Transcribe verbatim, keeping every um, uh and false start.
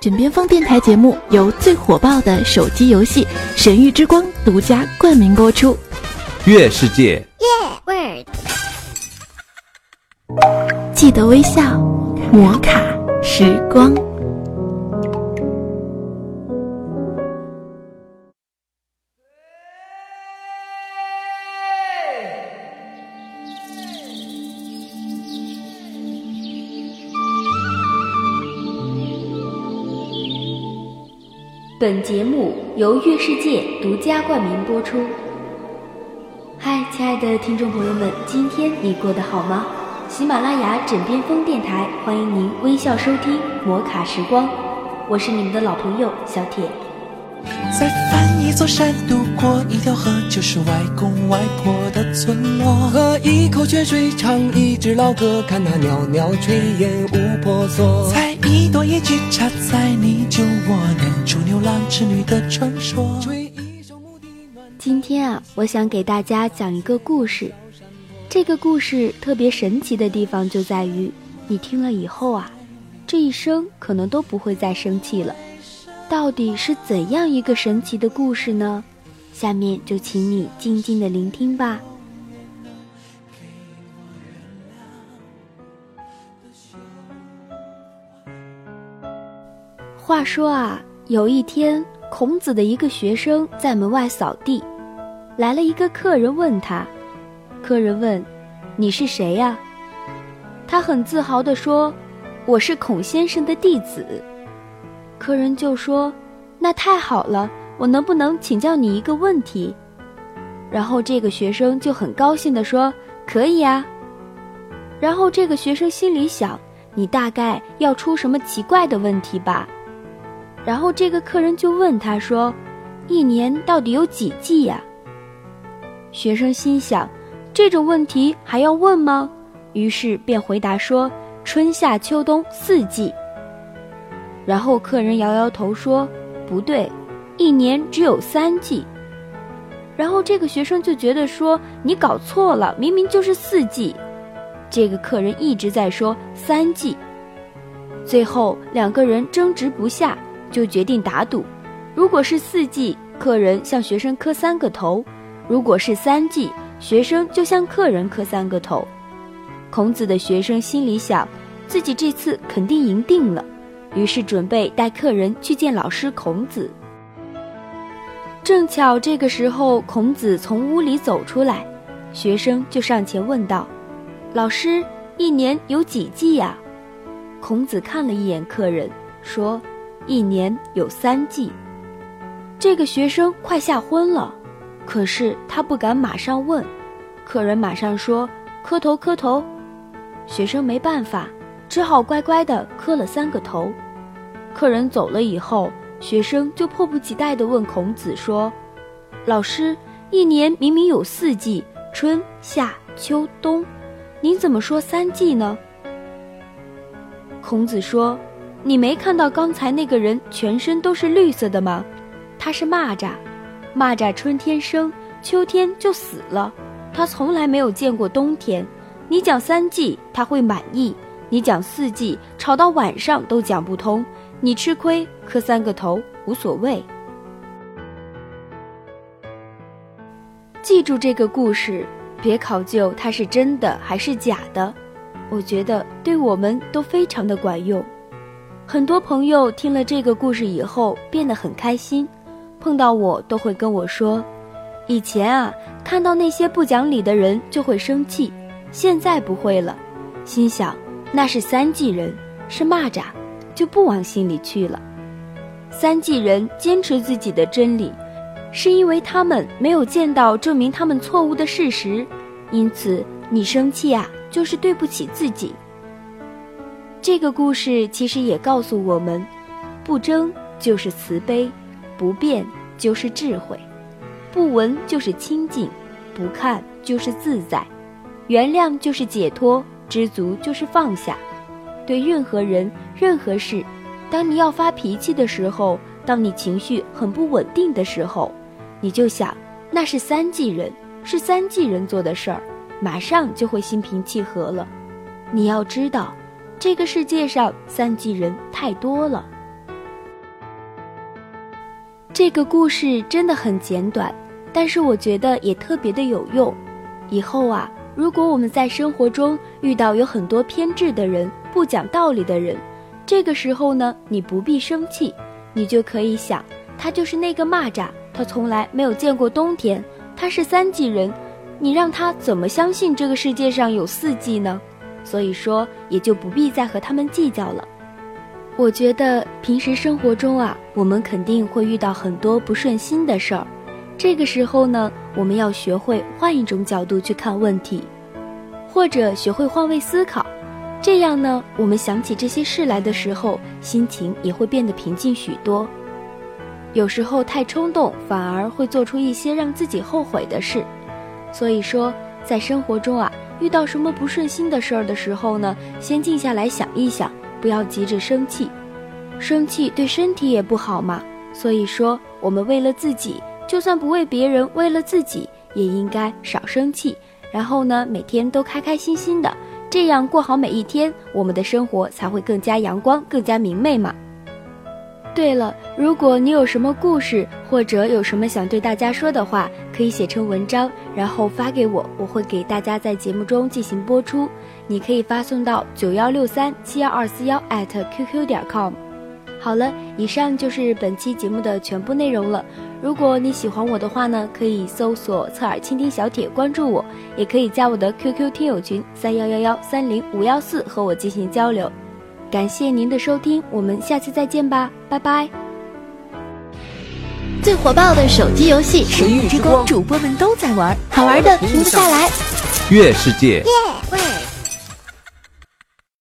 枕边风电台节目由最火爆的手机游戏《神域之光》独家冠名播出。 月世界， Yeah, word. 记得微笑，摩卡时光。 本节目由月世界独家冠名播出。嗨，亲爱的听众朋友们，今天你过得好吗？喜马拉雅枕边风电台欢迎您微笑收听摩卡时光，我是你们的老朋友小铁。 再翻一座山，渡过一条河，就是外公外婆的村落。喝一口泉水，唱一支老歌，看那袅袅炊烟无婆娑。采一朵野菊，插在你酒窝，念出牛郎织女的传说。 今天啊，我想给大家讲一个故事。这个故事特别神奇的地方就在于，你听了以后啊，这一生可能都不会再生气了。到底是怎样一个神奇的故事呢？下面就请你静静的聆听吧。话说啊，有一天，孔子的一个学生在门外扫地，来了一个客人问他，客人问：“你是谁呀？”他很自豪地说：“我是孔先生的弟子。”客人就说：“那太好了，我能不能请教你一个问题？”然后这个学生就很高兴地说：“可以啊。”然后这个学生心里想：“你大概要出什么奇怪的问题吧？”然后这个客人就问他说：“一年到底有几季呀？”学生心想：“这种问题还要问吗？”于是便回答说：“春夏秋冬四季。”然后客人摇摇头说：“不对，一年只有三季。”然后这个学生就觉得说：“你搞错了，明明就是四季。”这个客人一直在说三季。最后两个人争执不下，就决定打赌，如果是四季，客人向学生磕三个头；如果是三季，学生就向客人磕三个头。孔子的学生心里想，自己这次肯定赢定了，于是准备带客人去见老师孔子。正巧这个时候，孔子从屋里走出来，学生就上前问道：“老师，一年有几季呀？”孔子看了一眼客人，说：“一年有三季。”这个学生快吓昏了，可是他不敢马上问。客人马上说：“磕头磕头。”学生没办法，只好乖乖地磕了三个头。客人走了以后，学生就迫不及待地问孔子说：“老师，一年明明有四季，春夏秋冬，您怎么说三季呢？”孔子说：“你没看到刚才那个人全身都是绿色的吗？他是蚂蚱，蚂蚱春天生，秋天就死了，他从来没有见过冬天。你讲三季他会满意，你讲四季吵到晚上都讲不通，你吃亏，磕三个头无所谓。”记住这个故事，别考究它是真的还是假的，我觉得对我们都非常的管用。很多朋友听了这个故事以后变得很开心，碰到我都会跟我说，以前啊，看到那些不讲理的人就会生气，现在不会了，心想那是三季人，是蚂蚱，就不往心里去了。三季人坚持自己的真理，是因为他们没有见到证明他们错误的事实，因此你生气啊，就是对不起自己。这个故事其实也告诉我们，不争就是慈悲，不辩就是智慧，不闻就是清净，不看就是自在，原谅就是解脱，知足就是放下。对任何人任何事，当你要发脾气的时候，当你情绪很不稳定的时候，你就想那是三季人，是三季人做的事儿，马上就会心平气和了。你要知道，这个世界上三季人太多了， 这个故事真的很简短，但是我觉得也特别的有用。以后啊，如果我们在生活中遇到有很多偏执的人、不讲道理的人，这个时候呢，你不必生气，你就可以想，他就是那个蚂蚱，他从来没有见过冬天，他是三季人，你让他怎么相信这个世界上有四季呢？所以说，也就不必再和他们计较了。我觉得平时生活中啊，我们肯定会遇到很多不顺心的事儿，这个时候呢，我们要学会换一种角度去看问题，或者学会换位思考，这样呢，我们想起这些事来的时候，心情也会变得平静许多。有时候太冲动，反而会做出一些让自己后悔的事。所以说，在生活中啊，遇到什么不顺心的事儿的时候呢，先静下来想一想，不要急着生气，生气对身体也不好嘛。所以说，我们为了自己，就算不为别人，为了自己，也应该少生气，然后呢，每天都开开心心的，这样过好每一天，我们的生活才会更加阳光，更加明媚嘛。对了，如果你有什么故事，或者有什么想对大家说的话，可以写成文章，然后发给我，我会给大家在节目中进行播出。你可以发送到九幺六三七幺二四幺 at qq 点 com。好了，以上就是本期节目的全部内容了。如果你喜欢我的话呢，可以搜索侧耳倾听小铁关注我，也可以加我的 Q Q 听友群三幺幺幺三零五幺四和我进行交流。感谢您的收听，我们下次再见吧，拜拜。 最火爆的手机游戏《 神域之光》，主播们都在玩， 好玩的停不下来。 月世界。 喂。